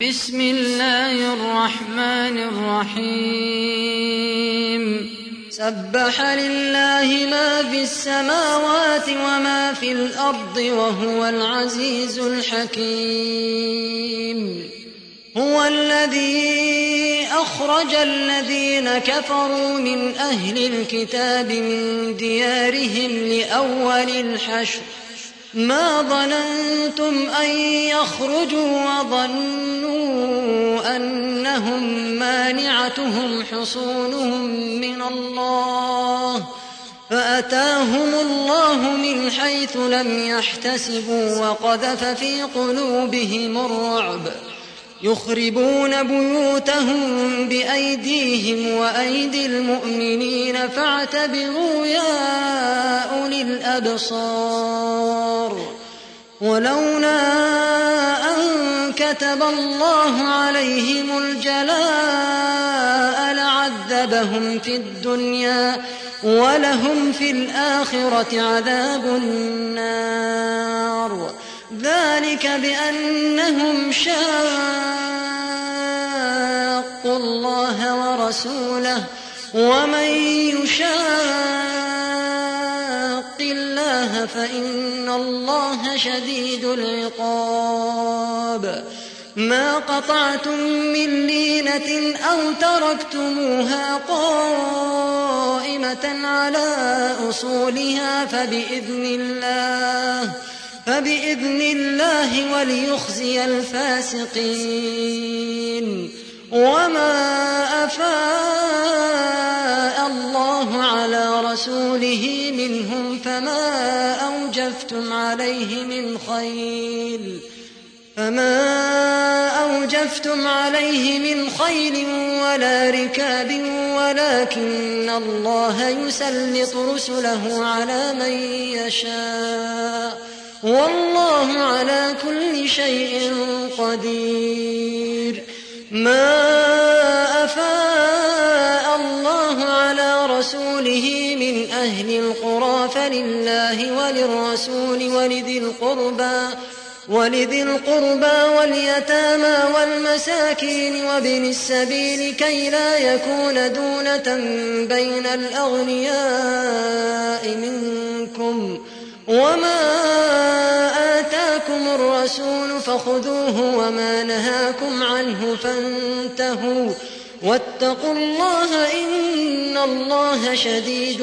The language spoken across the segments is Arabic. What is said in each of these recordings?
بسم الله الرحمن الرحيم سبح لله ما في السماوات وما في الأرض وهو العزيز الحكيم هو الذي أخرج الذين كفروا من أهل الكتاب من ديارهم لأول الحشر ما ظننتم أن يخرجوا وظنوا أنهم مانعتهم حصونهم من الله فأتاهم الله من حيث لم يحتسبوا وقذف في قلوبهم الرعب يخربون بيوتهم بأيديهم وأيدي المؤمنين فاعتبروا يا أولي الأبصار ولولا أن كتب الله عليهم الجلاء لعذبهم في الدنيا ولهم في الآخرة عذاب النار ذلك بأنهم شاقوا الله ورسوله ومن يشاق الله فإن الله شديد العقاب ما قطعتم من لينة أو تركتموها قائمة على أصولها فبإذن الله وليخزي الفاسقين وما أفاء الله على رسوله منهم فما أوجفتم عليه من خيل ولا ركاب ولكن الله يسلط رسله على من يشاء والله على كل شيء قدير ما أفاء الله على رسوله من أهل القرى فلله وللرسول ولذي القربى واليتامى والمساكين وابن السبيل كي لا يكون دونة بين الأغنياء منكم وما آتاكم الرسول فخذوه وما نهاكم عنه فانتهوا واتقوا الله إن الله شديد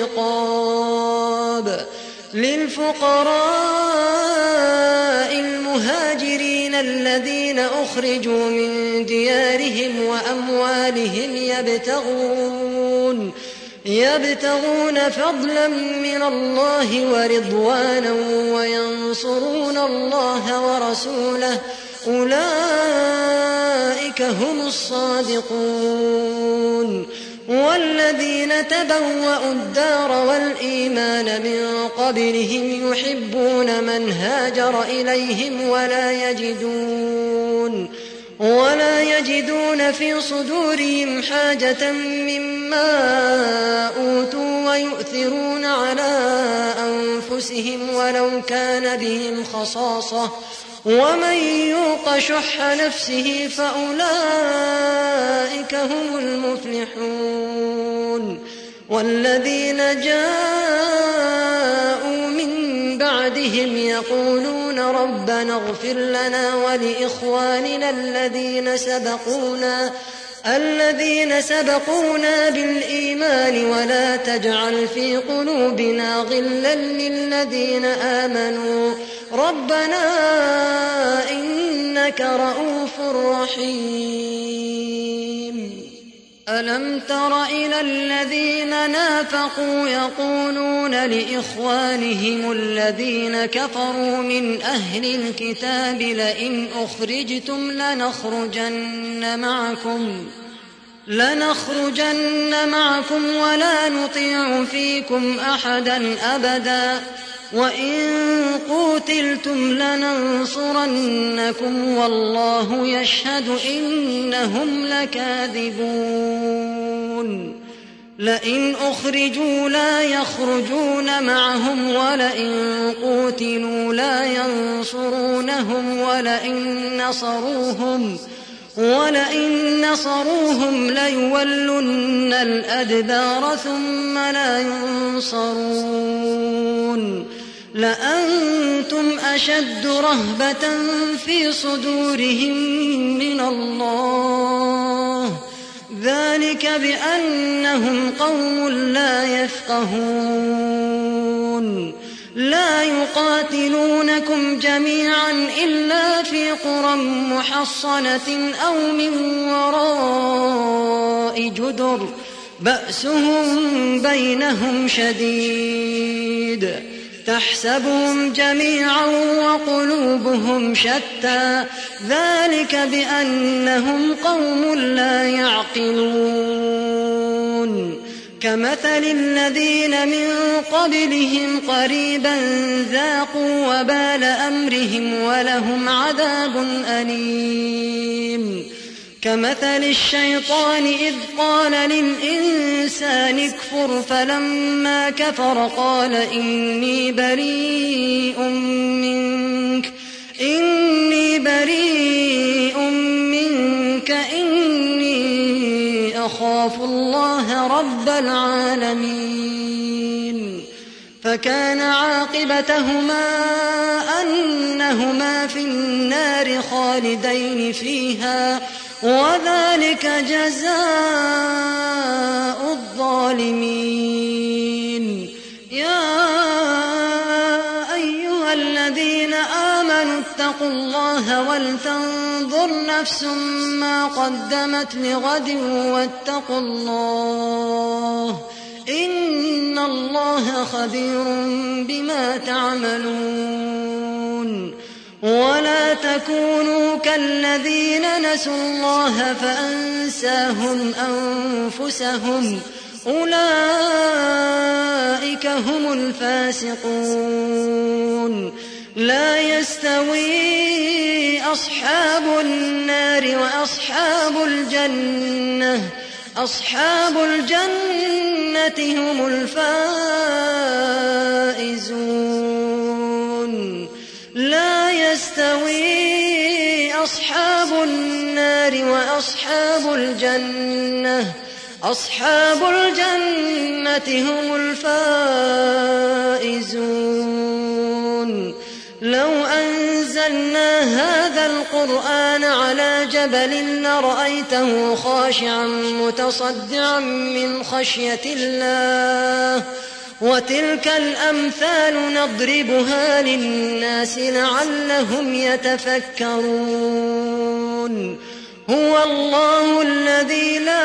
العقاب للفقراء المهاجرين الذين أخرجوا من ديارهم وأموالهم يبتغون فضلا من الله ورضوانا وينصرون الله ورسوله أولئك هم الصادقون والذين تبوأوا الدار والإيمان من قبلهم يحبون من هاجر إليهم ولا يجدون في صدورهم حاجة مما أوتوا ويؤثرون على أنفسهم ولو كان بهم خصاصة ومن يوق شح نفسه فأولئك هم المفلحون والذين جاءوا من بعدهم يقولون ربنا اغفر لنا ولإخواننا الذين سبقونا بالإيمان ولا تجعل في قلوبنا غلا للذين آمنوا ربنا إنك رؤوف رحيم ألم تر إلى الذين نافقوا يقولون لإخوانهم الذين كفروا من أهل الكتاب لئن أخرجتم لنخرجن معكم ولا نطيع فيكم أحدا أبدا وإن قوتلتم لننصرنكم والله يشهد إنهم لكاذبون لئن أخرجوا لا يخرجون معهم ولئن قوتلوا لا ينصرونهم ولئن نصروهم ليولن الأدبار ثم لا ينصرون لأنتم أشد رهبة في صدورهم من الله ذلك بأنهم قوم لا يفقهون لا يقاتلونكم جميعا إلا في قرى محصنة أو من وراء جدر بأسهم بينهم شديد تحسبهم جميعا وقلوبهم شتى ذلك بأنهم قوم لا يعقلون كمثل الذين من قبلهم قريبا ذاقوا وبال أمرهم ولهم عذاب أليم كمثل الشيطان إذ قال للإنسان اكفر فلما كفر قال إني بريء منك إني أخاف الله رب العالمين فكان عاقبتهما أنهما في النار خالدين فيها وذلك جزاء الظالمين يا أيها الذين آمنوا اتقوا الله ولتنظر نفس ما قدمت لغد واتقوا الله إن الله خبير بما تعملون ولا تكونوا كالذين نسوا الله فأنساهم أنفسهم أولئك هم الفاسقون لا يستوي أصحاب النار وأصحاب الجنة أصحاب الجنة هم الفائزون لا يستوي أصحاب النار وأصحاب الجنة أصحاب الجنة هم الفائزون لو أنزلنا هذا القرآن على جبل لرأيته خاشعا متصدعا من خشية الله وتلك الأمثال نضربها للناس لعلهم يتفكرون هو الله الذي لا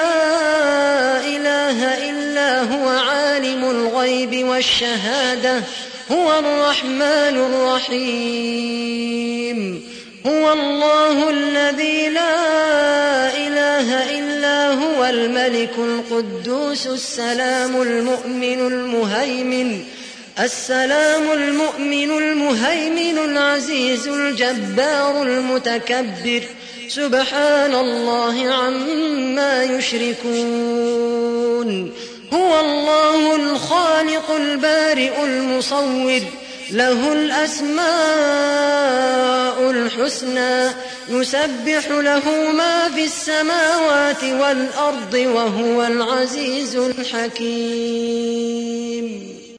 إله إلا هو عالم الغيب والشهادة هو الرحمن الرحيم هو الله الذي لا إله إلا هو الملك القدوس السلام المؤمن المهيمن العزيز الجبار المتكبر سبحان الله عما يشركون هو الله الخالق البارئ المصور له الأسماء الحسنى يسبح له ما في السماوات والأرض وهو العزيز الحكيم